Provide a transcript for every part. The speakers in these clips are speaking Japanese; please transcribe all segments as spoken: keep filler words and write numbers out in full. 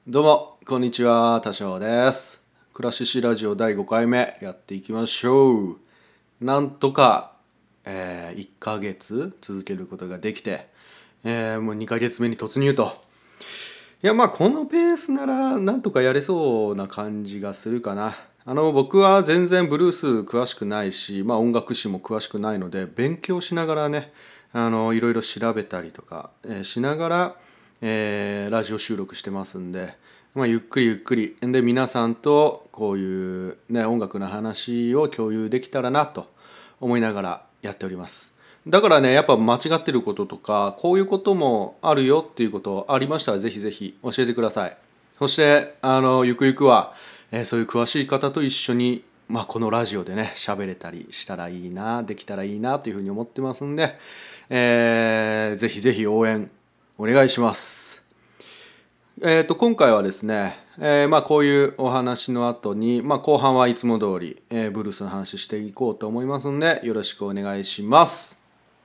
どうもこんにちは、多少です。クラシシラジオだいごかいめやっていきましょう。なんとか、えー、いっかげつ続けることができて、えー、もうにかげつめに突入と。いやまあこのペースならなんとかやれそうな感じがするかな。あの僕は全然ブルース詳しくないし、まあ、音楽史も詳しくないので勉強しながらね、あのいろいろ調べたりとか、えーしながら、えーラジオ収録してますんで、まあ、ゆっくりゆっくりで皆さんとこういう、ね、音楽の話を共有できたらなと思いながらやっております。だからねやっぱ間違ってることとかこういうこともあるよっていうことありましたらぜひぜひ教えてください。そしてあのゆくゆくは、えーそういう詳しい方と一緒に、まあ、このラジオでね喋れたりしたらいいな、できたらいいなというふうに思ってますんで、えーぜひぜひ応援お願いします。えー、と今回はですね、えーまあ、こういうお話の後に、まあ、後半はいつも通り、えーブルースの話していこうと思いますのでよろしくお願いします。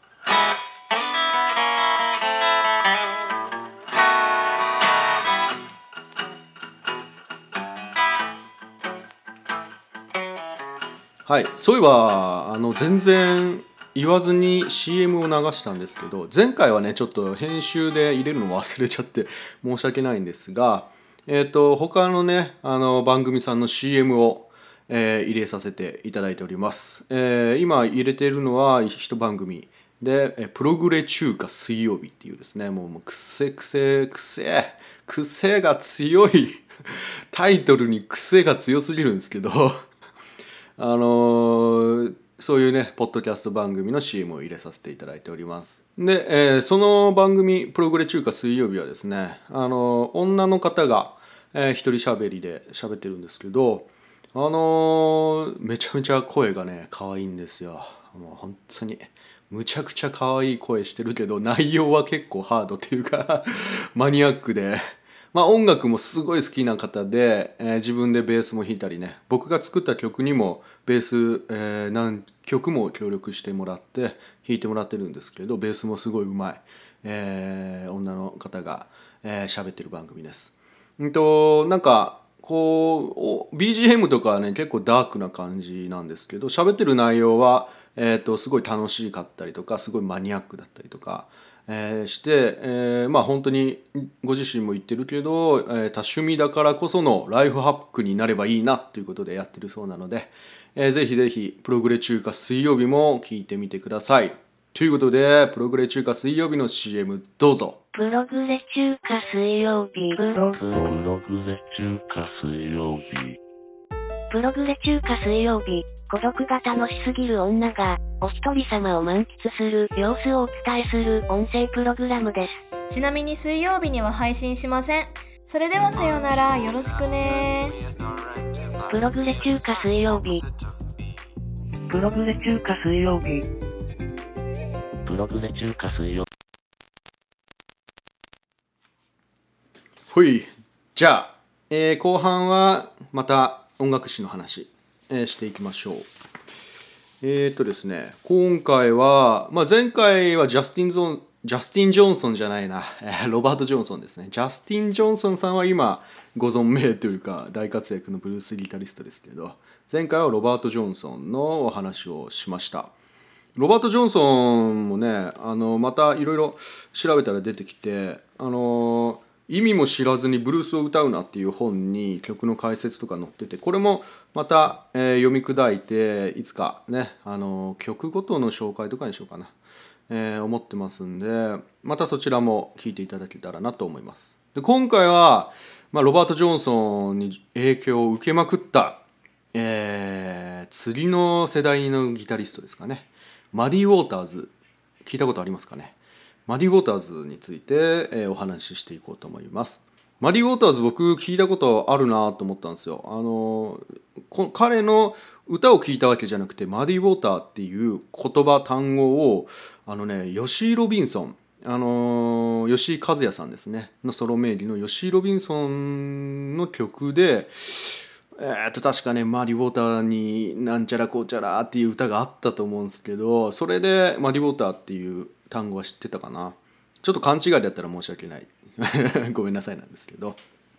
はい、そういえばあの全然言わずに シーエム を流したんですけど、前回はねちょっと編集で入れるの忘れちゃって申し訳ないんですが、えー、と他のねあの番組さんの シーエム を、えー入れさせていただいております。えー今入れているのは一番組で、えプログレ中華水曜日っていうですね、もうもうくせくせくせくせが強いタイトルに癖が強すぎるんですけどあのーそういうねポッドキャスト番組の シーエム を入れさせていただいております。で、えーその番組プログレ中華水曜日はですね、あのー女の方が、えー一人喋りで喋ってるんですけど、あのーめちゃめちゃ声がね可愛いんですよ。もう本当にむちゃくちゃ可愛い声してるけど内容は結構ハードっていうかマニアックで、まあ音楽もすごい好きな方で、えー自分でベースも弾いたりね、僕が作った曲にもベース、えー何曲も協力してもらって弾いてもらってるんですけど、ベースもすごい上手い、えー女の方がえー喋ってる番組です。うんとなんかこう ビージーエム とかはね結構ダークな感じなんですけど、喋ってる内容は、えー、とすごい楽しかったりとかすごいマニアックだったりとか、えーして、えーまあ本当にご自身も言ってるけど、えー多趣味だからこそのライフハックになればいいなということでやってるそうなので、えーぜひぜひプログレ中華水曜日も聞いてみてください。ということでプログレ中華水曜日の シーエム どうぞ。 プログレ中華水曜日プロプログレ中華水曜日プログレ中華水曜日、孤独が楽しすぎる女が、お一人様を満喫する様子をお伝えする音声プログラムです。 ちなみに水曜日には配信しません。それではさようなら、よろしくね。 プログレ中華水曜日、 プログレ中華水曜日プログレ中華水曜日ほい。じゃあ、えー後半はまた音楽史の話、えーしていきましょう。えーとですね、今回は、まあ、前回はジャスティンゾン、ジャスティン・ジョンソンじゃないな、えーロバート・ジョンソンですね。ジャスティン・ジョンソンさんは今、ご存命というか、大活躍のブルースギタリストですけど、前回はロバート・ジョンソンのお話をしました。ロバート・ジョンソンもね、あのまたいろいろ調べたら出てきて、あの意味も知らずにブルースを歌うなっていう本に曲の解説とか載ってて、これもまた、えー読み砕いていつかね、あの曲ごとの紹介とかにしようかな、えー思ってますんで、またそちらも聞いていただけたらなと思います。で今回は、まあ、ロバート・ジョンソンに影響を受けまくった、えー次の世代のギタリストですかね、マディ・ウォーターズ、聞いたことありますかね。マディ・ウォーターズについて、えーお話ししていこうと思います。マディ・ウォーターズ僕聞いたことあるなと思ったんですよ。あのこ彼の歌を聞いたわけじゃなくて、マディ・ウォーターっていう言葉単語をあのね吉井ロビンソン、あの吉井和也さんですねのソロ名義の吉井ロビンソンの曲で、えー、と確かねマディ・ウォーターになんちゃらこうちゃらっていう歌があったと思うんですけど、それでマディ・ウォーターっていう単語は知ってたかな。ちょっと勘違いだったら申し訳ないごめんなさいなんですけど、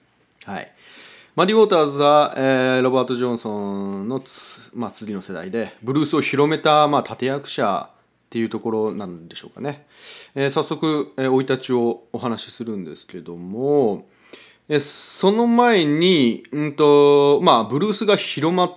はい。マディ・ウォーターズは、えー、ロバート・ジョンソンのつ、まあ、次の世代でブルースを広めた、まあ、立役者っていうところなんでしょうかね。えー、早速生、えー、い立ちをお話しするんですけども、えー、その前に、うんとまあ、ブルースが広まった、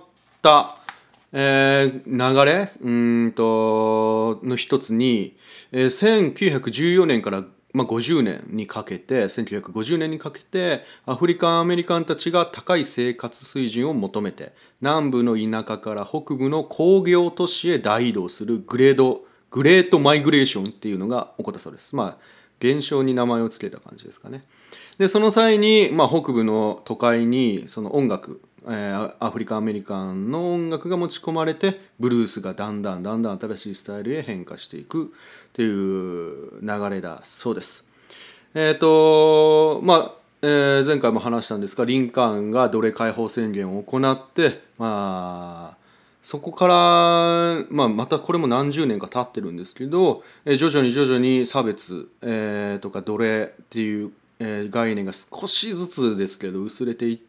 えー、流れうんとの一つに、えー、せんきゅうひゃくじゅうよねんからまあ、ごじゅうねんにかけてせんきゅうひゃくごじゅうねんにかけてアフリカンアメリカンたちが高い生活水準を求めて南部の田舎から北部の工業都市へ大移動するグレードグレートマイグレーションっていうのが起こったそうです。まあ現象に名前を付けた感じですかね。でその際に、まあ、北部の都会にその音楽、えー、アフリカンアメリカンの音楽が持ち込まれてブルースがだんだんだんだん新しいスタイルへ変化していくという流れだそうです。えっ、ー、とまあ、えー、前回も話したんですがリンカーンが奴隷解放宣言を行って、まあ、そこから、まあ、またこれも何十年か経ってるんですけど、えー、徐々に徐々に差別、えー、とか奴隷っていうえー、概念が少しずつですけど薄れていって、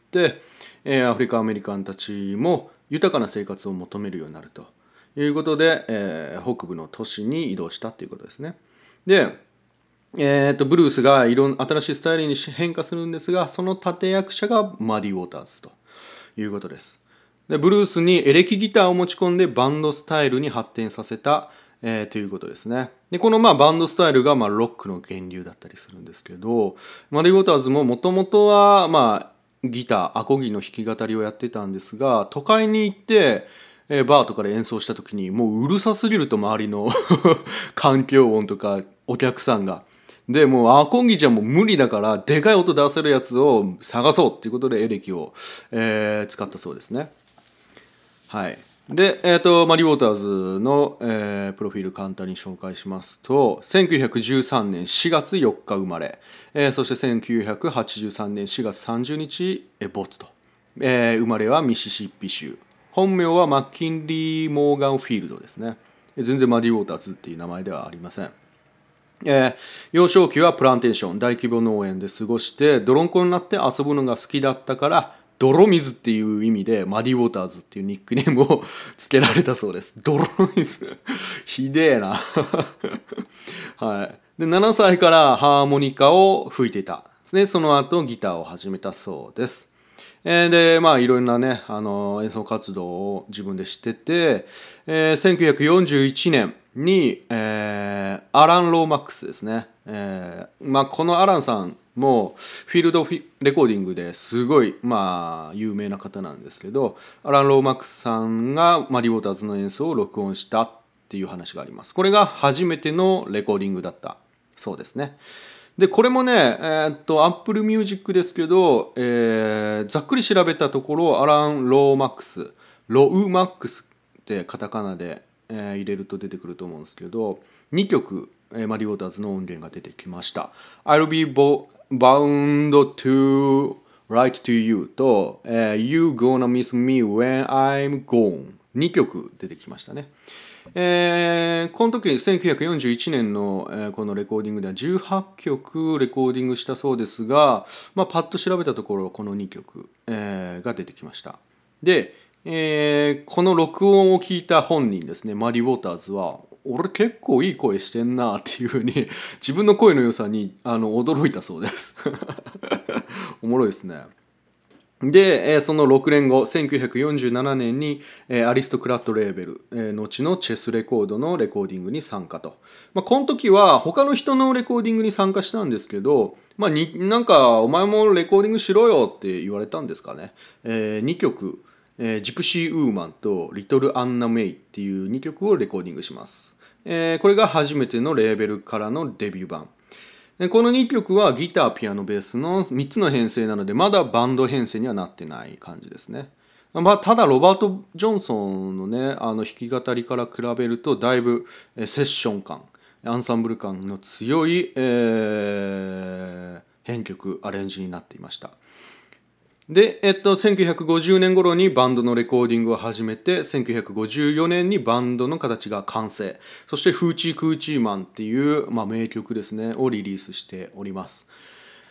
えー、アフリカンアメリカンたちも豊かな生活を求めるようになるということで、えー、北部の都市に移動したということですね。で、えー、とブルースがいろんな新しいスタイルに変化するんですがその立役者がマディ・ウォーターズということです。でブルースにエレキギターを持ち込んでバンドスタイルに発展させたえー、ということですね。でこのまあバンドスタイルがまあロックの源流だったりするんですけどマディ・ウォーターズももともとはまあギターアコギの弾き語りをやってたんですが都会に行って、えー、バーとかで演奏した時にもううるさすぎると周りの環境音とかお客さんがでもうアコギじゃもう無理だからでかい音出せるやつを探そうっていうことでエレキを、えー、使ったそうですね。はい。で、えーと、マディ・ウォーターズの、えー、プロフィール簡単に紹介しますとせんきゅうひゃくじゅうさんねんしがつよっか生まれ、えー、そしてせんきゅうひゃくはちじゅうさんねんしがつさんじゅうにち、えー、没と、えー、生まれはミシシッピ州本名はマッキンリー・モーガン・フィールドですね。全然マディ・ウォーターズっていう名前ではありません。えー、幼少期はプランテーション大規模農園で過ごして泥んこになって遊ぶのが好きだったから泥水っていう意味でマディ・ウォーターズっていうニックネームをつけられたそうです。泥水ひでえなはい。でななさいからハーモニカを吹いていたでその後ギターを始めたそうです。えー、でまあいろんなねあの演奏活動を自分でしてて、えー、せんきゅうひゃくよんじゅういちねんに、えー、アラン・ローマックスですね、えーまあ、このアランさんもフィールドレコーディングですごいまあ有名な方なんですけどアラン・ローマックスさんがマディ・ウォーターズの演奏を録音したっていう話があります。これが初めてのレコーディングだったそうですね。でこれもね、えー、っと Apple Music ですけど、えー、ざっくり調べたところアラン・ローマックスロウマックスってカタカナで、えー、入れると出てくると思うんですけどにきょく、えー、マディ・ウォーターズの音源が出てきました。 I'll be bound to write to you と、えー、You gonna miss me when I'm gone にきょく出てきましたね。えー、この時せんきゅうひゃくよんじゅういちねんの、えー、このレコーディングではじゅうはっきょくレコーディングしたそうですが、まあ、パッと調べたところこのにきょく、えー、が出てきました。で、えー、この録音を聞いた本人ですねマディ・ウォーターズは俺結構いい声してんなっていうふうに自分の声の良さにあの驚いたそうですおもろいですね。でそのろくねんごせんきゅうひゃくよんじゅうななねんにアリストクラットレーベル後のチェスレコードのレコーディングに参加と、まあ、この時は他の人のレコーディングに参加したんですけど、まあ、になんかお前もレコーディングしろよって言われたんですかね、えー、にきょく、えー、ジプシー・ウーマンとリトル・アンナ・メイっていうにきょくをレコーディングします、えー、これが初めてのレーベルからのデビュー版。このにきょくはギター、ピアノ、ベースのみっつの編成なのでまだバンド編成にはなってない感じですね。まあ、ただロバート・ジョンソンのねあの弾き語りから比べるとだいぶセッション感アンサンブル感の強い、えー、編曲アレンジになっていました。で、えっと、せんきゅうひゃくごじゅうねん頃にバンドのレコーディングを始めてせんきゅうひゃくごじゅうよねんにバンドの形が完成。そしてフーチー・クーチーマンっていう、まあ、名曲ですねをリリースしております。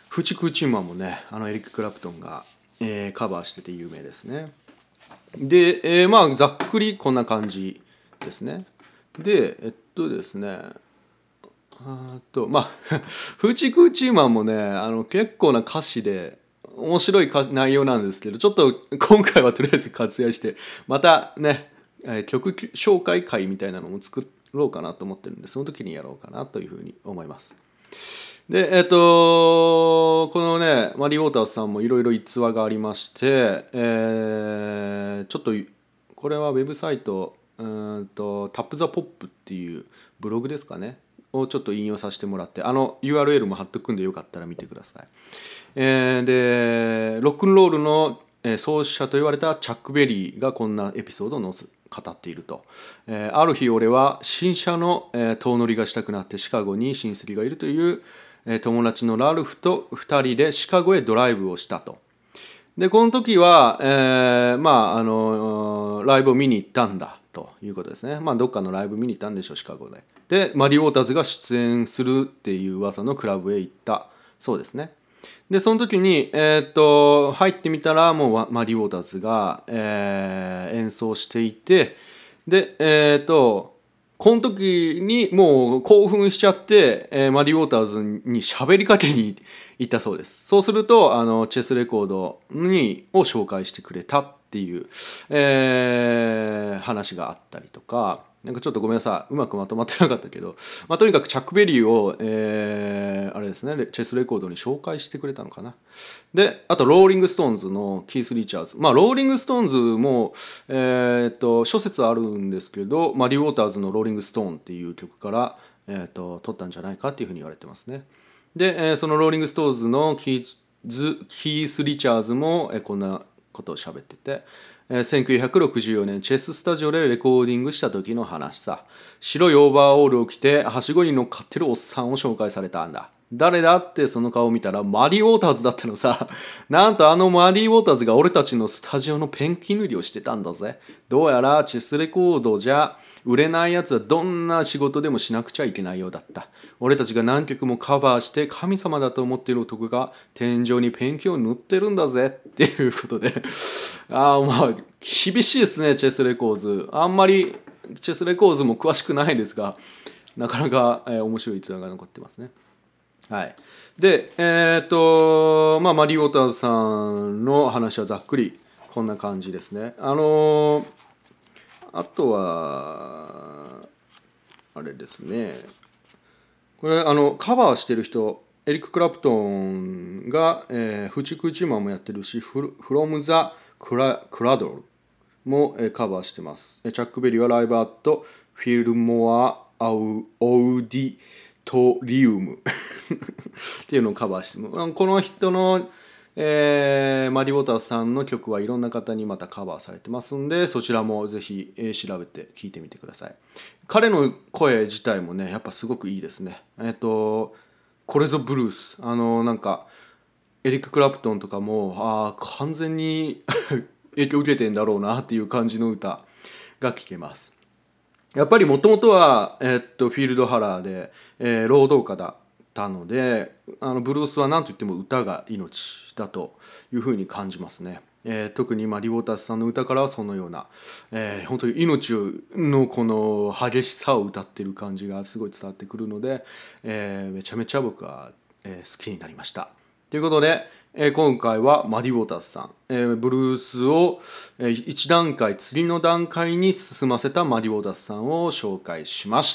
フチクチーマンもね、あのエリック・クラプトンが、えー、カバーしてて有名ですね。で、えー、まあざっくりこんな感じですね。で、えっとですね、あとまあフチクチーマンもね、あの結構な歌詞で面白い内容なんですけど、ちょっと今回はとりあえず割愛してまたね、えー、曲紹介会みたいなのも作ろうかなと思ってるんで、その時にやろうかなというふうに思います。でえっ、ー、とこのねマリー・ウォーターズさんもいろいろ逸話がありまして、えー、ちょっとこれはウェブサイトうんとタップ・ザ・ポップっていうブログですかねをちょっと引用させてもらって、あの ユーアールエル も貼っとくんでよかったら見てください。えー、でロックンロールの創始者と言われたチャック・ベリーがこんなエピソードを語っていると、えー、ある日俺は新車の、えー、遠乗りがしたくなってシカゴに親戚がいるという友達のラルフとふたりでシカゴへドライブをしたと。でこの時は、えー、まああのライブを見に行ったんだということですね。まあどっかのライブ見に行ったんでしょう、シカゴで。でマリー・ウォーターズが出演するっていう噂のクラブへ行ったそうですね。でその時に、えー、っと入ってみたらもうマリー・ウォーターズが、えー、演奏していて、でえー、っとこの時にもう興奮しちゃって、えー、マリー・ウォーターズに喋りかけに行ったそうです。そうするとあのチェスレコードにを紹介してくれたっていう、えー、話があったりとか、なんかちょっとごめんなさい、うまくまとまってなかったけど、まあ、とにかくチャック・ベリーを、えー、あれですね、チェスレコードに紹介してくれたのかな。であとローリング・ストーンズのキース・リチャーズ、まあローリング・ストーンズも、えー、っと諸説あるんですけど、マリー・ウォーターズのローリング・ストーンっていう曲から、えー、っと取ったんじゃないかっていうふうに言われてますね。で、えー、そのローリング・ストーンズのキーズキース・リチャーズも、えー、こんなことを喋ってて、えー、せんきゅうひゃくろくじゅうよねんチェススタジオでレコーディングした時の話さ。白いオーバーオールを着てはしごに乗っかってるおっさんを紹介されたんだ。誰だってその顔を見たらマリー・ウォーターズだったのさ。なんとあのマリー・ウォーターズが俺たちのスタジオのペンキ塗りをしてたんだぜ。どうやらチェスレコードじゃ売れないやつはどんな仕事でもしなくちゃいけないようだった。俺たちが何曲もカバーして神様だと思っている男が天井にペンキを塗ってるんだぜっていうことでああまあ厳しいですね、チェスレコーズ。あんまりチェスレコーズも詳しくないですが、なかなか、えー、面白い逸話が残ってますね。はい、でえっ、ー、とまあマリー・ウォーターズさんの話はざっくりこんな感じですね。あのー、あとはあれですね、これあのカバーしてる人エリック・クラプトンが、えー、フチクチマンもやってるし、フロム・ザ・クラドルも、えー、カバーしてます。チャック・ベリーはライブアットフィルモア・アウオーディトリウムっていうのをカバーしてます。この人の、えー、マリー・ウォーターさんの曲はいろんな方にまたカバーされてますんで、そちらもぜひ、えー、調べて聴いてみてください。彼の声自体もねやっぱすごくいいですね。えっとこれぞブルース、あのなんかエリック・クラプトンとかもあ完全に影響を受けてんだろうなっていう感じの歌が聴けます。やっぱりもともとは、えっと、フィールドハラーで、えー、労働家だったので、あのブルースは何と言っても歌が命だというふうに感じますね。えー、特にマリー・ウォーターズさんの歌からはそのような、えー、本当に命のこの激しさを歌ってる感じがすごい伝わってくるので、えー、めちゃめちゃ僕は、えー、好きになりました。ということで、えー、今回はマリー・ウォーターズさん、えー、ブルースを、えー、一段階次の段階に進ませたマリー・ウォーターズさんを紹介しました。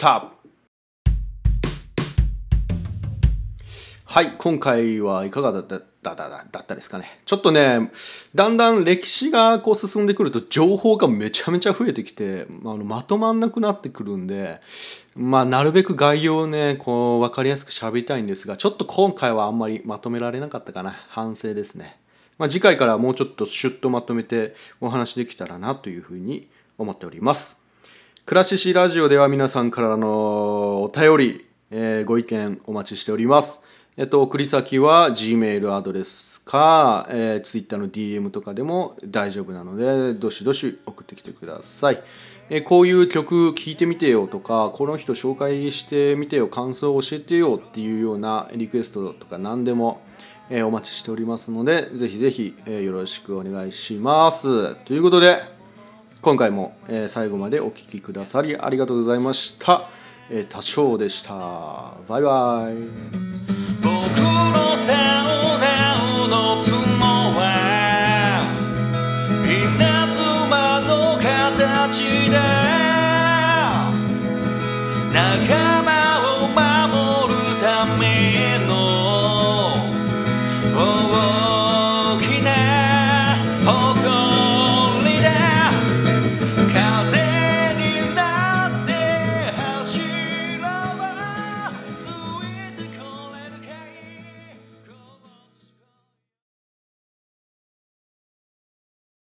はい、今回はいかがだっただだだだったですかね。ちょっとねだんだん歴史がこう進んでくると情報がめちゃめちゃ増えてきて、まあ、あのまとまんなくなってくるんで、まあ、なるべく概要をねこう分かりやすく喋りたいんですが、ちょっと今回はあんまりまとめられなかったかな。反省ですね。まあ、次回からはもうちょっとシュッとまとめてお話できたらなというふうに思っております。クラシシラジオでは皆さんからのお便り、えー、ご意見お待ちしております。えっと、送り先は Gmail アドレスか、えー、Twitter の ディーエム とかでも大丈夫なので、どしどし送ってきてください。えー、こういう曲聴いてみてよとか、この人紹介してみてよ、感想を教えてよっていうようなリクエストとか何でも、 えー、お待ちしておりますので、ぜひぜひ、えー、よろしくお願いします。ということで、今回も、えー、最後までお聞きくださりありがとうございました。えー、多少でした。バイバイ。 僕のサウナの角は稲妻の形だ。長